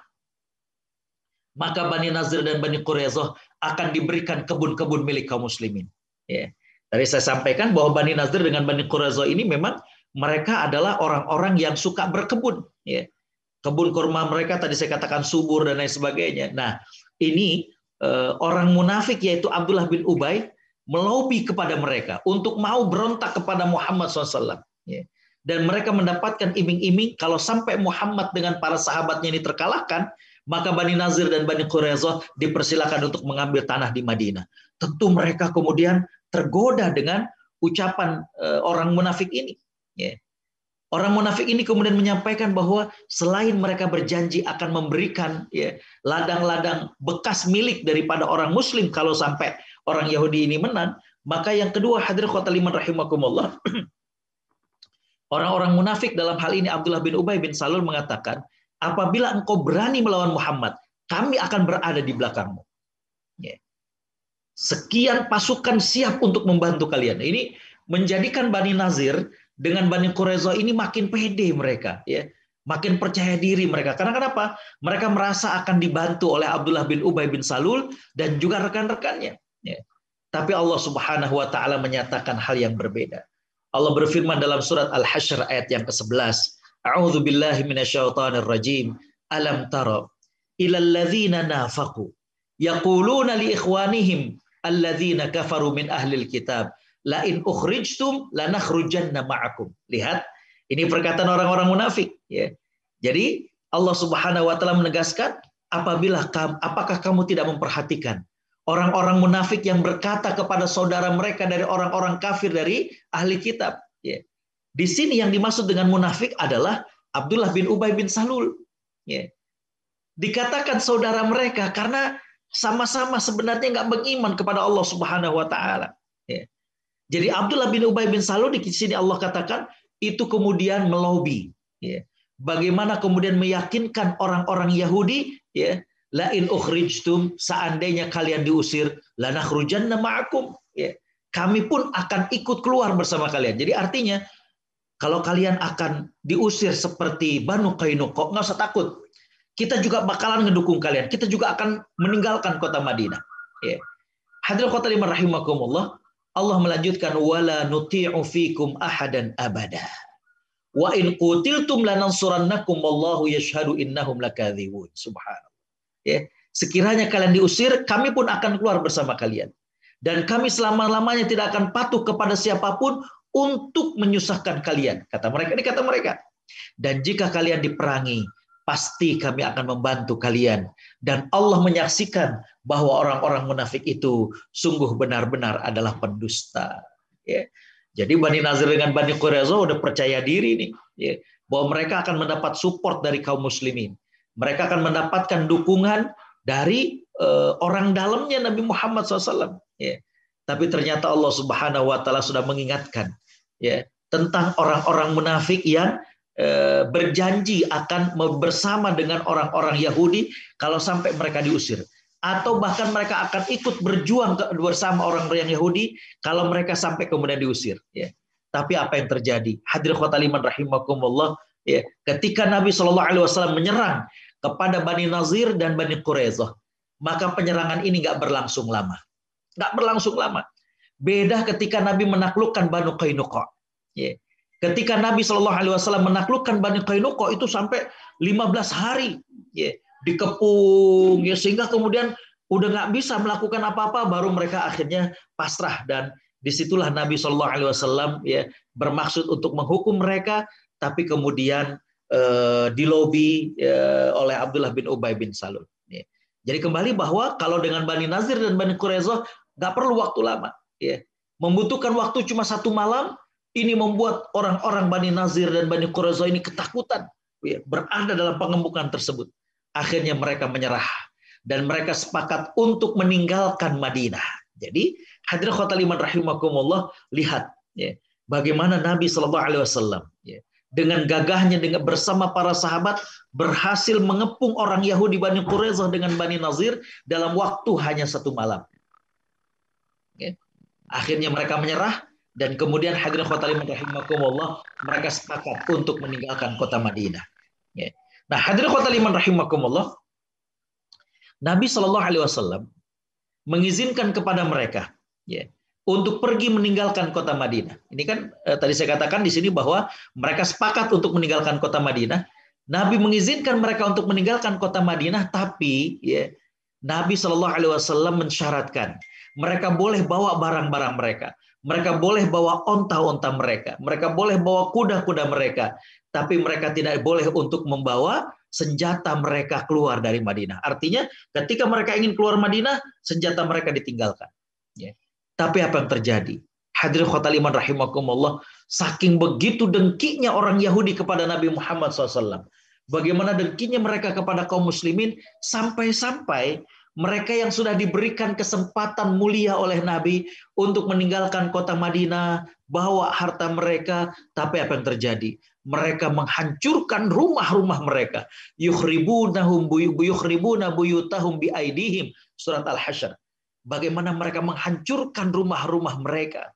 maka Bani Nazir dan Bani Quraisyah akan diberikan kebun-kebun milik kaum muslimin. Ya. Tadi saya sampaikan bahwa Bani Nazir dengan Bani Quraisyah ini memang mereka adalah orang-orang yang suka berkebun. Ya. Kebun kurma mereka tadi saya katakan subur dan lain sebagainya. Nah, ini eh, orang munafik yaitu Abdullah bin Ubay melobi kepada mereka untuk mau berontak kepada Muhammad shallallahu alaihi wasallam. Ya. Dan mereka mendapatkan iming-iming kalau sampai Muhammad dengan para sahabatnya ini terkalahkan, maka Bani Nazir dan Bani Quraisyah dipersilakan untuk mengambil tanah di Madinah. Tentu mereka kemudian tergoda dengan ucapan uh, orang munafik ini. Ya. Orang munafik ini kemudian menyampaikan bahwa selain mereka berjanji akan memberikan ya, ladang-ladang bekas milik daripada orang Muslim kalau sampai orang Yahudi ini menang, maka yang kedua, hadirin khotimah rahimakumullah, orang-orang munafik dalam hal ini Abdullah bin Ubay bin Salul mengatakan, apabila engkau berani melawan Muhammad, kami akan berada di belakangmu. Ya. Sekian pasukan siap untuk membantu kalian. Ini menjadikan Bani Nazir dengan Bani Quraisyah ini makin pede mereka, ya, makin percaya diri mereka. Karena kenapa? Mereka merasa akan dibantu oleh Abdullah bin Ubay bin Salul dan juga rekan-rekannya. Ya. Tapi Allah Subhanahu Wa Taala menyatakan hal yang berbeda. Allah berfirman dalam surat Al-Hasyr ayat yang kesebelas. A'udzu billahi minasyaitonir rajim. Alam tara ilal ladzina nafaqu yaquluna li ikhwanihim alladzina kafaru min ahlil kitab la in ukhrijtum lanakhrujanna ma'akum. Lihat, ini perkataan orang-orang munafik, ya. Jadi Allah Subhanahu wa taala menegaskan, apabila kamu, apakah kamu tidak memperhatikan orang-orang munafik yang berkata kepada saudara mereka dari orang-orang kafir dari ahli kitab, ya. Di sini yang dimaksud dengan munafik adalah Abdullah bin Ubay bin Salul, ya. Dikatakan saudara mereka karena sama-sama sebenarnya nggak beriman kepada Allah Subhanahu wa taala, ya. Jadi Abdullah bin Ubay bin Salul di sini Allah katakan itu kemudian melobi, ya. Bagaimana kemudian meyakinkan orang-orang Yahudi, ya, la in ukhrijtum, seandainya kalian diusir, lanakhrujanna ma'akum, ya. Kami pun akan ikut keluar bersama kalian. Jadi artinya kalau kalian akan diusir seperti Banu Qainuqa, nggak usah takut. Kita juga bakalan ngedukung kalian. Kita juga akan meninggalkan kota Madinah, ya. Hadirin khotimah rahimakumullah. Allah melanjutkan, wala nuti'u fikum ahadan abada wa in qutiltum lanansurannakum wallahu yashhadu innahum lakadzibun. Subhanallah, ya. Sekiranya kalian diusir, kami pun akan keluar bersama kalian, dan kami selama-lamanya tidak akan patuh kepada siapapun untuk menyusahkan kalian, kata mereka. Ini kata mereka. Dan jika kalian diperangi, pasti kami akan membantu kalian. Dan Allah menyaksikan bahwa orang-orang munafik itu sungguh benar-benar adalah pendusta. Ya. Jadi Bani Nazir dengan Bani Quraisyah udah percaya diri nih, ya, bahwa mereka akan mendapat support dari kaum muslimin. Mereka akan mendapatkan dukungan dari uh, orang dalamnya Nabi Muhammad shallallahu alaihi wasallam. Ya. Tapi ternyata Allah Subhanahu Wa Taala sudah mengingatkan, ya, tentang orang-orang munafik yang berjanji akan bersama dengan orang-orang Yahudi kalau sampai mereka diusir, atau bahkan mereka akan ikut berjuang bersama orang-orang Yahudi kalau mereka sampai kemudian diusir, ya. Tapi apa yang terjadi? Hadirin khotimah rahimakumullah, ya, ketika Nabi shallallahu alaihi wasallam menyerang kepada Bani Nazir dan Bani Quraisyah, maka penyerangan ini nggak berlangsung lama, nggak berlangsung lama. Beda ketika Nabi menaklukkan Banu Qainuqa, ya. Ketika Nabi shallallahu alaihi wasallam menaklukkan Bani Qainuqa itu sampai lima belas hari, ya, dikepung, ya, sehingga kemudian udah nggak bisa melakukan apa-apa, baru mereka akhirnya pasrah, dan disitulah Nabi shallallahu alaihi wasallam, ya, bermaksud untuk menghukum mereka, tapi kemudian eh, dilobi eh, oleh Abdullah bin Ubay bin Salul. Ya. Jadi kembali bahwa kalau dengan Bani Nazir dan Bani Quraisyah nggak perlu waktu lama, ya, membutuhkan waktu cuma satu malam. Ini membuat orang-orang Bani Nazir dan Bani Quraisyah ini ketakutan, ya, berada dalam pengembukan tersebut. Akhirnya mereka menyerah dan mereka sepakat untuk meninggalkan Madinah. Jadi hadirin khotimah rahimakumullah, lihat, ya, bagaimana Nabi shallallahu alaihi wasallam, ya, dengan gagahnya dengan bersama para sahabat berhasil mengepung orang Yahudi Bani Quraisyah dengan Bani Nazir dalam waktu hanya satu malam. Ya. Akhirnya mereka menyerah. Dan kemudian hadirin khotimah rahimakumullah, mereka sepakat untuk meninggalkan kota Madinah. Ya. Nah, hadirin khotimah rahimakumullah, Nabi shallallahu alaihi wasallam mengizinkan kepada mereka, ya, untuk pergi meninggalkan kota Madinah. Ini kan eh, tadi saya katakan di sini bahwa mereka sepakat untuk meninggalkan kota Madinah. Nabi mengizinkan mereka untuk meninggalkan kota Madinah, tapi, ya, Nabi shallallahu alaihi wasallam mensyaratkan mereka boleh bawa barang-barang mereka. Mereka boleh bawa onta-onta mereka, mereka boleh bawa kuda-kuda mereka, tapi mereka tidak boleh untuk membawa senjata mereka keluar dari Madinah. Artinya ketika mereka ingin keluar Madinah, senjata mereka ditinggalkan. Ya. Tapi apa yang terjadi? Hadirin khotal iman rahimakumullah, saking begitu dengkinya orang Yahudi kepada Nabi Muhammad shallallahu alaihi wasallam. Bagaimana dengkinya mereka kepada kaum muslimin, sampai-sampai mereka yang sudah diberikan kesempatan mulia oleh Nabi untuk meninggalkan kota Madinah, bawa harta mereka, tapi apa yang terjadi? Mereka menghancurkan rumah-rumah mereka. Yukhribunahum yukhribuna buyutahum biaidihim. Surat Al-Hasyr. Bagaimana mereka menghancurkan rumah-rumah mereka.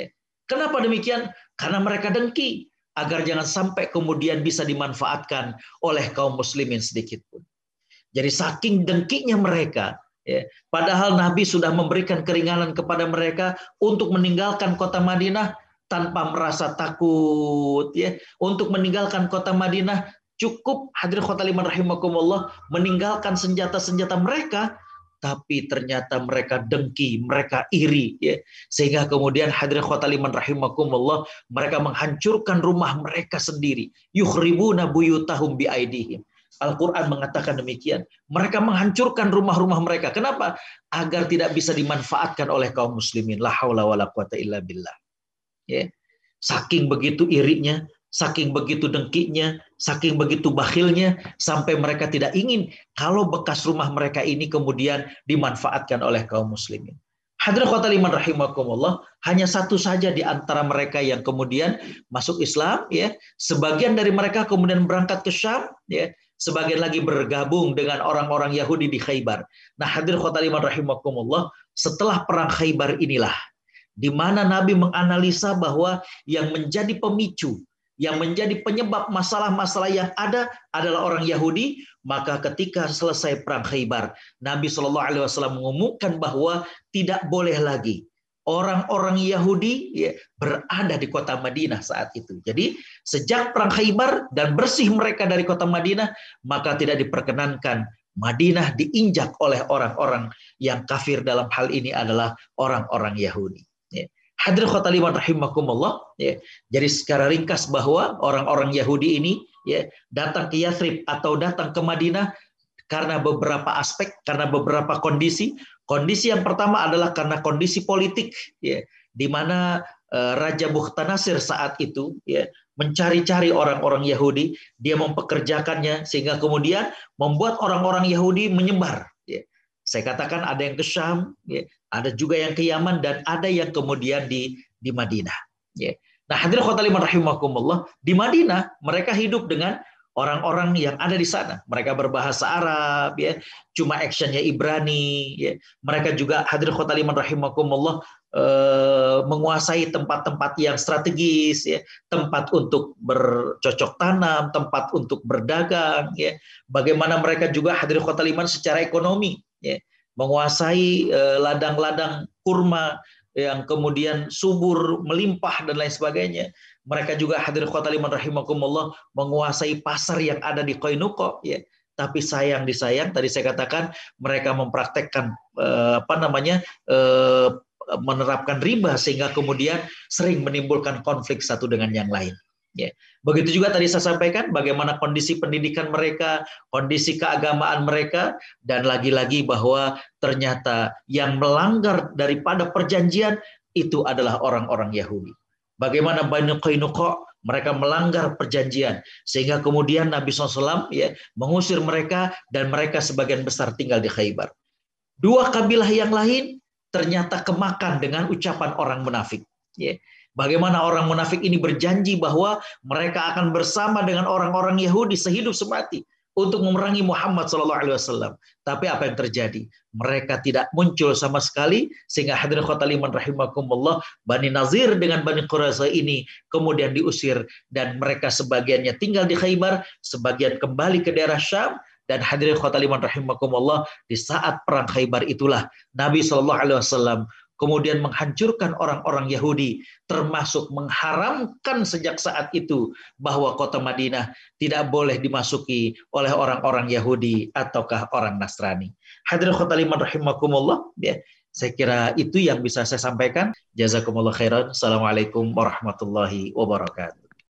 Kenapa demikian? Karena mereka dengki. Agar jangan sampai kemudian bisa dimanfaatkan oleh kaum muslimin sedikit pun. Jadi saking dengkinya mereka, ya, padahal Nabi sudah memberikan keringanan kepada mereka untuk meninggalkan kota Madinah tanpa merasa takut, ya, untuk meninggalkan kota Madinah cukup hadirin khotal iman rahimakumullah meninggalkan senjata-senjata mereka, tapi ternyata mereka dengki, mereka iri, ya, sehingga kemudian hadirin khotal iman rahimakumullah mereka menghancurkan rumah mereka sendiri. Yukhribuna buyutahum biaidihim. Al-Quran mengatakan demikian. Mereka menghancurkan rumah-rumah mereka. Kenapa? Agar tidak bisa dimanfaatkan oleh kaum muslimin. La haula wa la quwata illa billah. Ya. Saking begitu irinya, saking begitu dengkinya, saking begitu bakhilnya, sampai mereka tidak ingin kalau bekas rumah mereka ini kemudian dimanfaatkan oleh kaum muslimin. Hadirin khotal iman rahimakumullah, hanya satu saja di antara mereka yang kemudian masuk Islam, ya. Sebagian dari mereka kemudian berangkat ke Syam, ya. Sebagian lagi bergabung dengan orang-orang Yahudi di Khaybar. Nah, hadirin khotal iman rahimakumullah, setelah perang Khaybar inilah di mana Nabi menganalisa bahwa yang menjadi pemicu, yang menjadi penyebab masalah-masalah yang ada adalah orang Yahudi. Maka ketika selesai perang Khaybar, Nabi shallallahu alaihi wasallam mengumumkan bahwa tidak boleh lagi orang-orang Yahudi, ya, berada di kota Madinah saat itu. Jadi sejak perang Khaybar dan bersih mereka dari kota Madinah, maka tidak diperkenankan Madinah diinjak oleh orang-orang yang kafir, dalam hal ini adalah orang-orang Yahudi. Ya. Hadirin khotal iman rahimakumullah, ya. Jadi secara ringkas bahwa orang-orang Yahudi ini, ya, datang ke Yathrib atau datang ke Madinah karena beberapa aspek, karena beberapa kondisi. Kondisi yang pertama adalah karena kondisi politik, ya, di mana uh, Raja Bukhtanasir saat itu, ya, mencari-cari orang-orang Yahudi, dia mempekerjakannya sehingga kemudian membuat orang-orang Yahudi menyebar. Ya. Saya katakan ada yang ke Syam, ya, ada juga yang ke Yaman, dan ada yang kemudian di di Madinah. Ya. Nah, hadirin khotal iman rahimakumullah, di Madinah mereka hidup dengan orang-orang yang ada di sana. Mereka berbahasa Arab, ya, cuma actionnya Ibrani, ya. Mereka juga hadirin khotal iman rahimakumullah eh, menguasai tempat-tempat yang strategis, ya, tempat untuk bercocok tanam, tempat untuk berdagang, ya. Bagaimana mereka juga hadirin khotal iman secara ekonomi, ya, menguasai eh, ladang-ladang kurma yang kemudian subur, melimpah, dan lain sebagainya. Mereka juga hadirin khotal iman rahimakumullah menguasai pasar yang ada di Qainuqa, ya. Tapi sayang disayang, tadi saya katakan mereka mempraktekkan eh, apa namanya eh, menerapkan riba, sehingga kemudian sering menimbulkan konflik satu dengan yang lain. Ya. Begitu juga tadi saya sampaikan bagaimana kondisi pendidikan mereka, kondisi keagamaan mereka, dan lagi-lagi bahwa ternyata yang melanggar daripada perjanjian itu adalah orang-orang Yahudi. Bagaimana Bani Qainuqa, mereka melanggar perjanjian, sehingga kemudian Nabi shallallahu alaihi wasallam, ya, mengusir mereka, dan mereka sebagian besar tinggal di Khaybar. Dua kabilah yang lain ternyata kemakan dengan ucapan orang munafik. Ya. Bagaimana orang munafik ini berjanji bahwa mereka akan bersama dengan orang-orang Yahudi sehidup semati untuk memerangi Muhammad shallallahu alaihi wasallam. Tapi apa yang terjadi? Mereka tidak muncul sama sekali, sehingga hadirin khotal iman rahimakumullah, Bani Nazir dengan Bani Quraisyah ini kemudian diusir, dan mereka sebagiannya tinggal di Khaybar, sebagian kembali ke daerah Syam. Dan hadirin khotal iman rahimakumullah, di saat perang Khaybar itulah Nabi shallallahu alaihi wasallam kemudian menghancurkan orang-orang Yahudi, termasuk mengharamkan sejak saat itu bahwa kota Madinah tidak boleh dimasuki oleh orang-orang Yahudi ataukah orang Nasrani. Hadirin khotal iman rahimakumullah, ya, saya kira itu yang bisa saya sampaikan. Jazakumullah khairan. Assalamualaikum warahmatullahi wabarakatuh.